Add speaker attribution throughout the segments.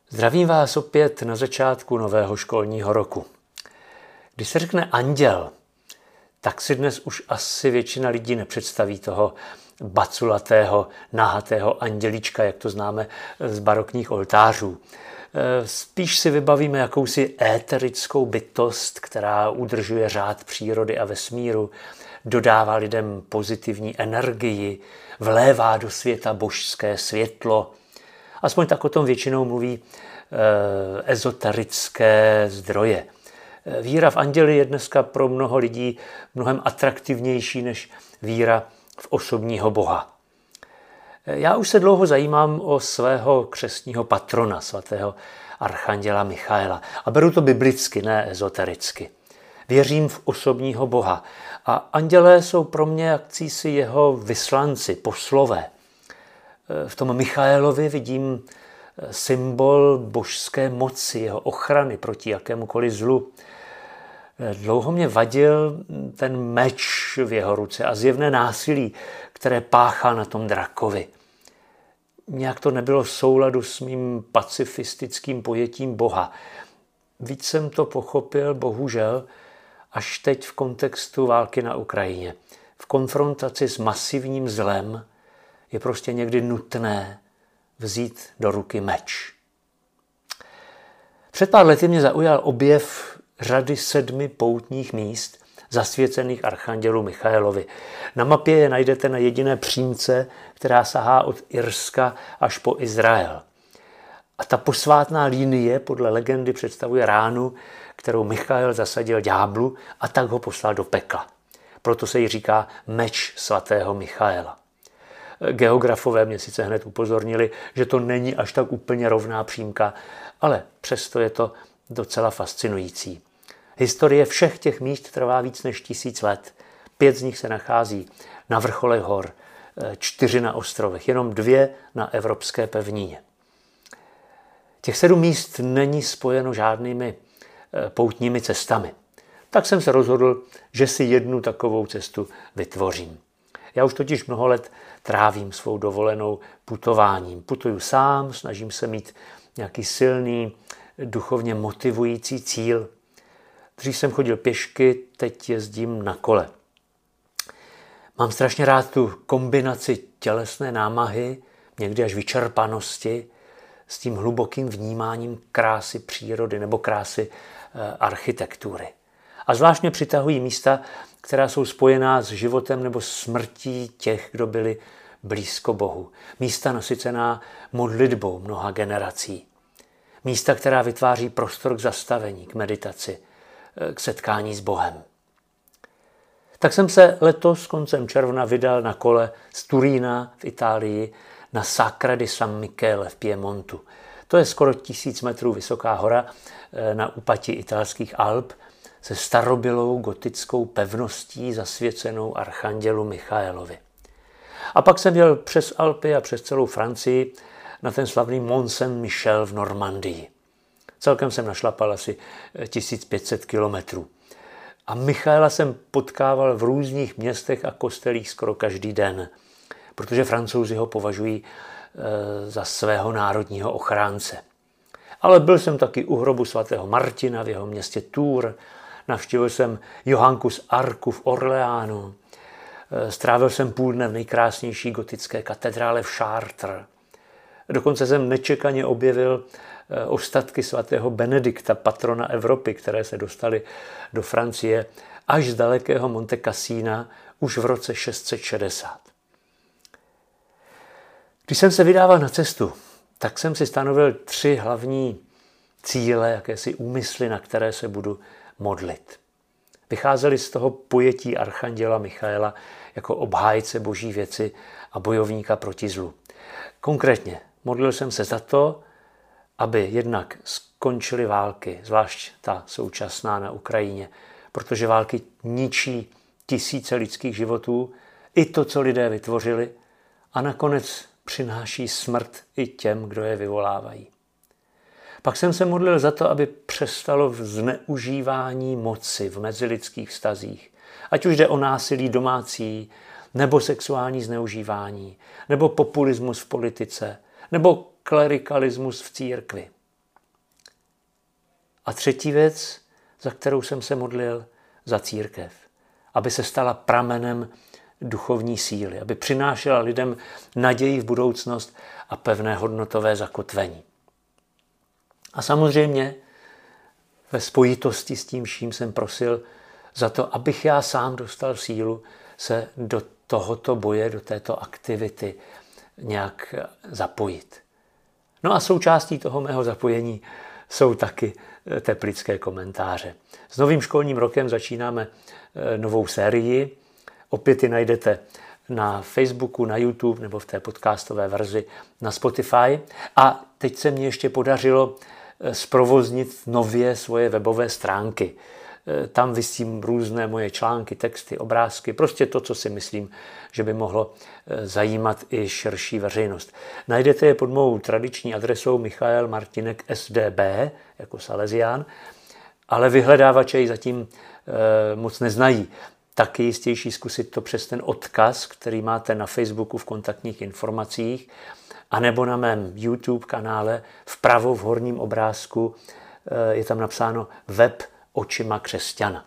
Speaker 1: Zdravím vás opět na začátku nového školního roku. Když se řekne anděl, tak si dnes už asi většina lidí nepředstaví toho baculatého, nahatého andělička, jak to známe z barokních oltářů. Spíš si vybavíme jakousi éterickou bytost, která udržuje řád přírody a vesmíru, dodává lidem pozitivní energii, vlévá do světa božské světlo. Aspoň tak o tom většinou mluví ezoterické zdroje. Víra v anděly je dneska pro mnoho lidí mnohem atraktivnější než víra v osobního Boha. Já už se dlouho zajímám o svého křestního patrona, svatého archanděla Michaela. A beru to biblicky, ne ezotericky. Věřím v osobního Boha. A andělé jsou pro mě jakcísi jeho vyslanci, poslové. V tom Michaelovi vidím symbol božské moci, jeho ochrany proti jakémukoliv zlu. Dlouho mě vadil ten meč v jeho ruce a zjevné násilí, které páchá na tom drakovi. Nějak to nebylo v souladu s mým pacifistickým pojetím Boha. Víc jsem to pochopil, bohužel, až teď v kontextu války na Ukrajině. V konfrontaci s masivním zlem je prostě někdy nutné vzít do ruky meč. Před pár lety mě zaujal objev řady 7 poutních míst zasvěcených archandělu Michaelovi. Na mapě je najdete na jediné přímce, která sahá od Irska až po Izrael. A ta posvátná linie podle legendy představuje ránu, kterou Michael zasadil ďáblu a tak ho poslal do pekla. Proto se jí říká meč svatého Michaela. Geografové mě sice hned upozornili, že to není až tak úplně rovná přímka, ale přesto je to docela fascinující. Historie všech těch míst trvá víc než 1000 let. 5 z nich se nachází na vrcholech hor, 4 na ostrovech, jenom 2 na evropské pevnině. Těch 7 míst není spojeno žádnými poutními cestami. Tak jsem se rozhodl, že si jednu takovou cestu vytvořím. Já už totiž mnoho let trávím svou dovolenou putováním. Putuju sám, snažím se mít nějaký silný, duchovně motivující cíl. Dřív jsem chodil pěšky, teď jezdím na kole. Mám strašně rád tu kombinaci tělesné námahy, někdy až vyčerpanosti, s tím hlubokým vnímáním krásy přírody nebo krásy architektury. A zvláštně přitahují místa, která jsou spojená s životem nebo smrtí těch, kdo byli blízko Bohu. Místa nasycená modlitbou mnoha generací. Místa, která vytváří prostor k zastavení, k meditaci, k setkání s Bohem. Tak jsem se letos koncem června vydal na kole z Turína v Itálii na Sacra di San Michele v Piemontu. To je skoro 1000 metrů vysoká hora na úpatí italských Alp se starobylou gotickou pevností zasvěcenou archandělu Michaelovi. A pak jsem jel přes Alpy a přes celou Francii na ten slavný Mont Saint-Michel v Normandii. Celkem jsem našlapal asi 1500 kilometrů. A Michaela jsem potkával v různých městech a kostelích skoro každý den, protože Francouzi ho považují za svého národního ochránce. Ale byl jsem taky u hrobu svatého Martina v jeho městě Tours, navštívil jsem Johanku z Arku v Orléánu, strávil jsem půl dne v nejkrásnější gotické katedrále v Chartres. Dokonce jsem nečekaně objevil ostatky svatého Benedikta, patrona Evropy, které se dostaly do Francie až z dalekého Monte Cassina už v roce 660. Když jsem se vydával na cestu, tak jsem si stanovil 3 hlavní cíle, jakési úmysly, na které se budu modlit. Vycházeli z toho pojetí archanděla Michaela jako obhájce boží věci a bojovníka proti zlu. Konkrétně modlil jsem se za to, aby jednak skončily války, zvlášť ta současná na Ukrajině, protože války ničí tisíce lidských životů, i to, co lidé vytvořili, a nakonec přináší smrt i těm, kdo je vyvolávají. Pak jsem se modlil za to, aby přestalo zneužívání moci v mezilidských vztazích. Ať už jde o násilí domácí, nebo sexuální zneužívání, nebo populismus v politice, nebo klerikalismus v církvi. A třetí věc, za kterou jsem se modlil, za církev. Aby se stala pramenem duchovní síly, aby přinášela lidem naději v budoucnost a pevné hodnotové zakotvení. A samozřejmě ve spojitosti s tím vším jsem prosil za to, abych já sám dostal sílu se do tohoto boje, do této aktivity nějak zapojit. No a součástí toho mého zapojení jsou taky teplické komentáře. S novým školním rokem začínáme novou sérii. Opět ji najdete na Facebooku, na YouTube nebo v té podcastové verzi na Spotify. A teď se mně ještě podařilo zprovoznit nově svoje webové stránky. Tam visím různé moje články, texty, obrázky, prostě to, co si myslím, že by mohlo zajímat i širší veřejnost. Najdete je pod mou tradiční adresou Michael Martinek SDB, jako Salesián, ale vyhledávače ji zatím moc neznají. Tak je jistější zkusit to přes ten odkaz, který máte na Facebooku v kontaktních informacích, anebo na mém YouTube kanále vpravo v horním obrázku je tam napsáno web očima křesťana.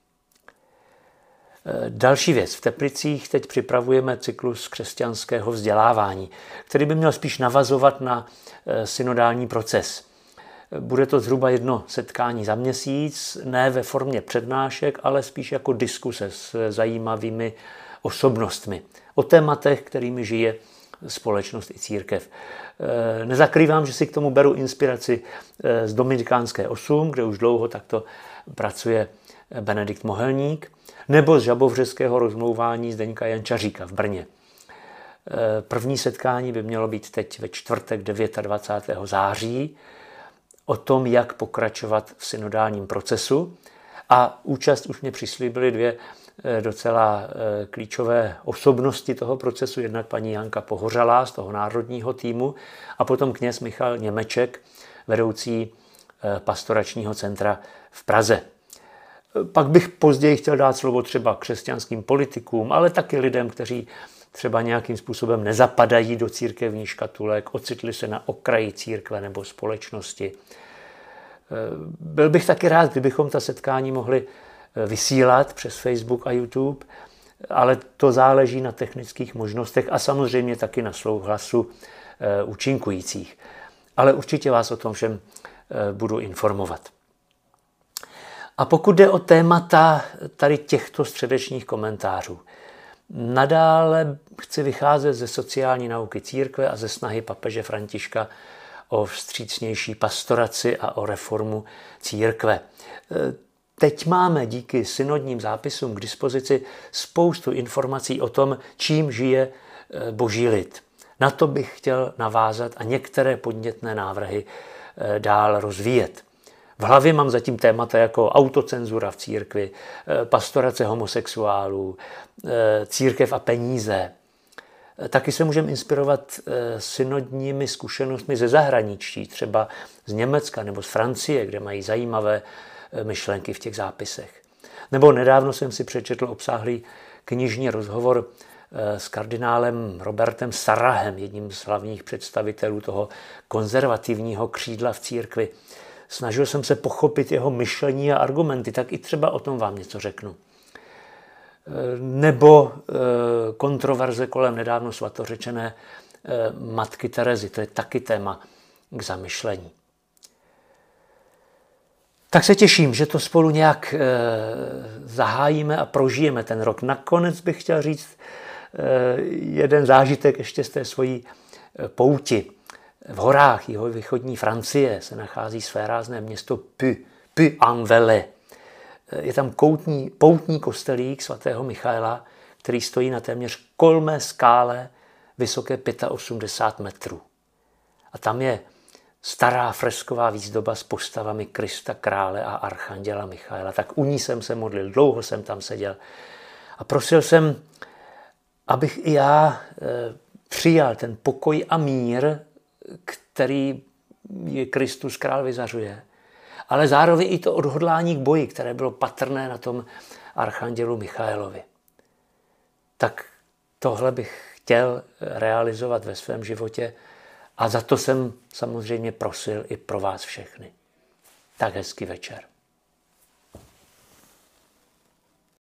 Speaker 1: Další věc. V Teplicích teď připravujeme cyklus křesťanského vzdělávání, který by měl spíš navazovat na synodální proces. Bude to zhruba jedno setkání za měsíc, ne ve formě přednášek, ale spíš jako diskuse s zajímavými osobnostmi o tématech, kterými žije společnost i církev. Nezakrývám, že si k tomu beru inspiraci z Dominikánské 8, kde už dlouho takto pracuje Benedikt Mohelník, nebo z žabovřeského rozmlouvání Zdeňka Jančaříka v Brně. První setkání by mělo být teď ve čtvrtek 29. září o tom, jak pokračovat v synodálním procesu. A účast už mě přislíbily dvě docela klíčové osobnosti toho procesu, jednak paní Janka Pohořalá z toho národního týmu a potom kněz Michal Němeček, vedoucí pastoračního centra v Praze. Pak bych později chtěl dát slovo třeba křesťanským politikům, ale taky lidem, kteří třeba nějakým způsobem nezapadají do církevních škatulek, ocitli se na okraji církve nebo společnosti. Byl bych taky rád, kdybychom ta setkání mohli vysílat přes Facebook a YouTube, ale to záleží na technických možnostech a samozřejmě taky na souhlasu účinkujících. Ale určitě vás o tom všem budu informovat. A pokud jde o témata tady těchto středečních komentářů, nadále chci vycházet ze sociální nauky církve a ze snahy papeže Františka o vstřícnější pastoraci a o reformu církve. Teď máme díky synodním zápisům k dispozici spoustu informací o tom, čím žije boží lid. Na to bych chtěl navázat a některé podnětné návrhy dál rozvíjet. V hlavě mám zatím témata jako autocenzura v církvi, pastorace homosexuálů, církev a peníze. Taky se můžeme inspirovat synodními zkušenostmi ze zahraničí, třeba z Německa nebo z Francie, kde mají zajímavé myšlenky v těch zápisech. Nebo nedávno jsem si přečetl obsáhlý knižní rozhovor s kardinálem Robertem Sarrahem, jedním z hlavních představitelů toho konzervativního křídla v církvi. Snažil jsem se pochopit jeho myšlení a argumenty, tak i třeba o tom vám něco řeknu. Nebo kontroverze kolem nedávno svatořečené matky Terezy, to je taky téma k zamyšlení. Tak se těším, že to spolu nějak zahájíme a prožijeme ten rok. Nakonec bych chtěl říct jeden zážitek ještě z té svojí pouti. V horách jihovýchodní Francie se nachází svérázné město Puy-en-Velay. Je tam poutní kostelík svatého Michaela, který stojí na téměř kolmé skále vysoké 85 metrů. A tam je stará fresková výzdoba s postavami Krista krále a archanděla Michaela. Tak u ní jsem se modlil, dlouho jsem tam seděl a prosil jsem, abych i já přijal ten pokoj a mír, který je Kristus král vyzařuje, ale zároveň i to odhodlání k boji, které bylo patrné na tom archandělu Michaelovi. Tak tohle bych chtěl realizovat ve svém životě a za to jsem samozřejmě prosil i pro vás všechny. Tak hezký večer.